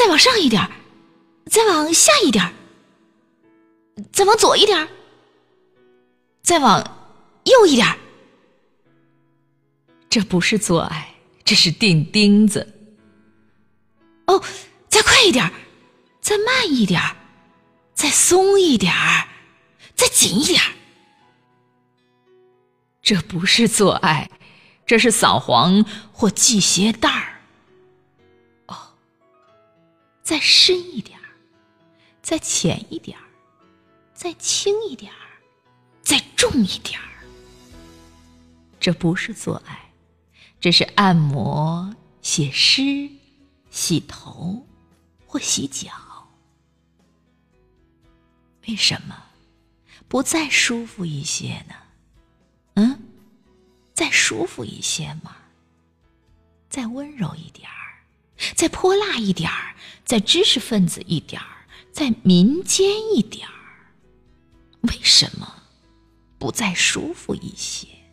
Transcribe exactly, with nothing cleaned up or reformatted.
再往上一点，再往下一点，再往左一点，再往右一点。这不是做爱，这是钉钉子。哦，再快一点，再慢一点，再松一点，再紧一点。这不是做爱，这是扫黄或系鞋带儿。哦，再深一点，再浅一点，再轻一点，再重一点。这不是做爱，这是按摩、写诗、洗头或洗脚。为什么不再舒服一些呢？嗯，再舒服一些吗？再温柔一点儿，再泼辣一点儿，再知识分子一点儿，再民间一点儿。为什么不再舒服一些？